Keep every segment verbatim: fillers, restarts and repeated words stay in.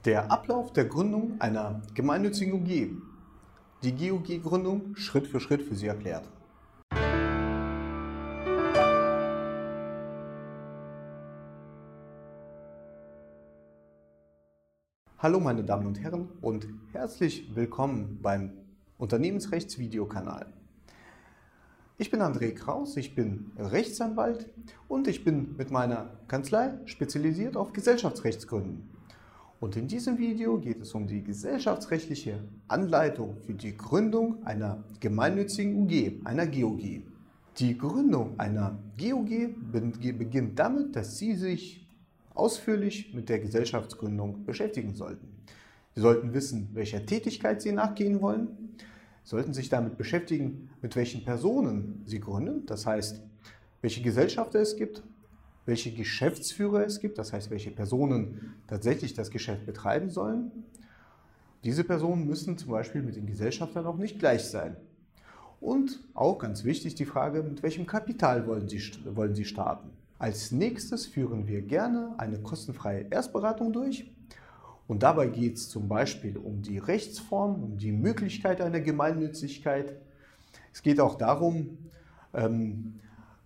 Der Ablauf der Gründung einer gemeinnützigen U G. Die G U G-Gründung Schritt für Schritt für Sie erklärt. Hallo meine Damen und Herren und herzlich willkommen beim Unternehmensrechts-Videokanal. Ich bin André Kraus, ich bin Rechtsanwalt und ich bin mit meiner Kanzlei spezialisiert auf Gesellschaftsrechtsgründen. Und in diesem Video geht es um die gesellschaftsrechtliche Anleitung für die Gründung einer gemeinnützigen U G, einer G U G. Die Gründung einer G U G beginnt damit, dass Sie sich ausführlich mit der Gesellschaftsgründung beschäftigen sollten. Sie sollten wissen, welcher Tätigkeit Sie nachgehen wollen, sollten sich damit beschäftigen, mit welchen Personen Sie gründen, das heißt, welche Gesellschafter es gibt, welche Geschäftsführer es gibt, das heißt, welche Personen tatsächlich das Geschäft betreiben sollen. Diese Personen müssen zum Beispiel mit den Gesellschaftern auch nicht gleich sein. Und auch ganz wichtig die Frage, mit welchem Kapital wollen Sie, wollen Sie starten. Als nächstes führen wir gerne eine kostenfreie Erstberatung durch. Und dabei geht es zum Beispiel um die Rechtsform, um die Möglichkeit einer Gemeinnützigkeit. Es geht auch darum, ähm,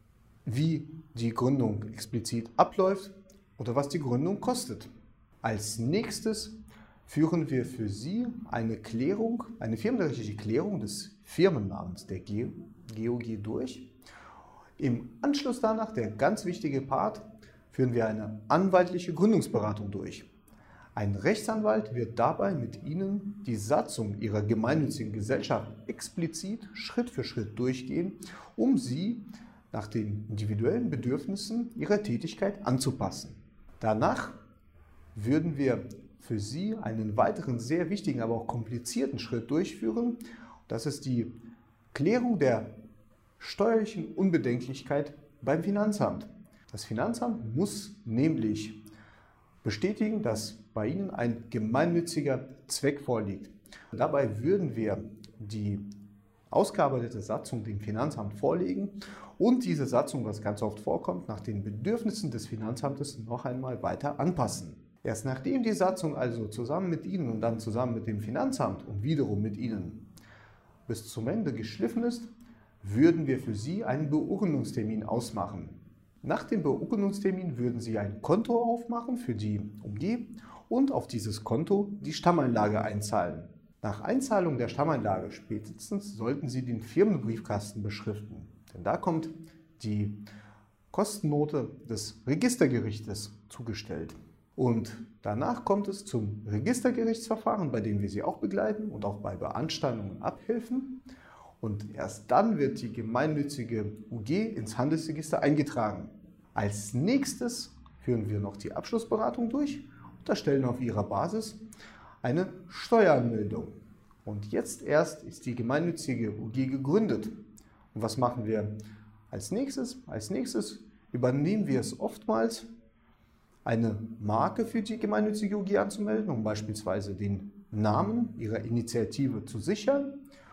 wie die Gründung explizit abläuft oder was die Gründung kostet. Als nächstes führen wir für Sie eine Klärung, eine firmenrechtliche Klärung des Firmennamens der G U G durch. Im Anschluss danach, der ganz wichtige Part, führen wir eine anwaltliche Gründungsberatung durch. Ein Rechtsanwalt wird dabei mit Ihnen die Satzung Ihrer gemeinnützigen Gesellschaft explizit Schritt für Schritt durchgehen, um Sie nach den individuellen Bedürfnissen Ihrer Tätigkeit anzupassen. Danach würden wir für Sie einen weiteren sehr wichtigen, aber auch komplizierten Schritt durchführen. Das ist die Klärung der steuerlichen Unbedenklichkeit beim Finanzamt. Das Finanzamt muss nämlich bestätigen, dass bei Ihnen ein gemeinnütziger Zweck vorliegt. Dabei würden wir die ausgearbeitete Satzung dem Finanzamt vorlegen und diese Satzung, was ganz oft vorkommt, nach den Bedürfnissen des Finanzamtes noch einmal weiter anpassen. Erst nachdem die Satzung also zusammen mit Ihnen und dann zusammen mit dem Finanzamt und wiederum mit Ihnen bis zum Ende geschliffen ist, würden wir für Sie einen Beurkundungstermin ausmachen. Nach dem Beurkundungstermin würden Sie ein Konto aufmachen für die U G und auf dieses Konto die Stammeinlage einzahlen. Nach Einzahlung der Stammeinlage spätestens sollten Sie den Firmenbriefkasten beschriften, denn da kommt die Kostennote des Registergerichtes zugestellt. Und danach kommt es zum Registergerichtsverfahren, bei dem wir Sie auch begleiten und auch bei Beanstandungen abhelfen. Und erst dann wird die gemeinnützige U G ins Handelsregister eingetragen. Als nächstes führen wir noch die Abschlussberatung durch und erstellen auf ihrer Basis eine Steueranmeldung. Und jetzt erst ist die gemeinnützige U G gegründet. Und was machen wir als nächstes? Als nächstes übernehmen wir es oftmals, eine Marke für die gemeinnützige U G anzumelden, um beispielsweise den Namen Ihrer Initiative zu sichern.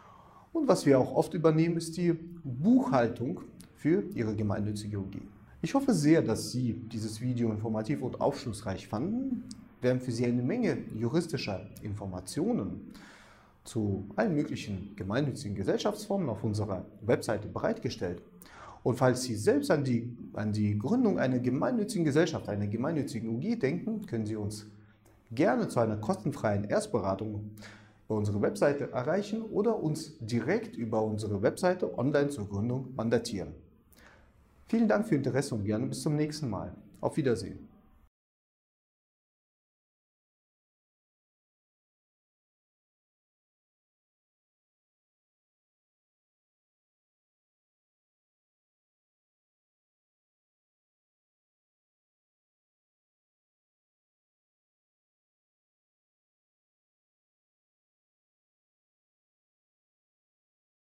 Und was wir auch oft übernehmen, ist die Buchhaltung für Ihre gemeinnützige U G. Ich hoffe sehr, dass Sie dieses Video informativ und aufschlussreich fanden. Wir haben für Sie eine Menge juristischer Informationen zu allen möglichen gemeinnützigen Gesellschaftsformen auf unserer Webseite bereitgestellt. Und falls Sie selbst an die, an die Gründung einer gemeinnützigen Gesellschaft, einer gemeinnützigen U G denken, können Sie uns gerne zu einer kostenfreien Erstberatung über unsere Webseite erreichen oder uns direkt über unsere Webseite online zur Gründung mandatieren. Vielen Dank für Ihr Interesse und gerne bis zum nächsten Mal. Auf Wiedersehen.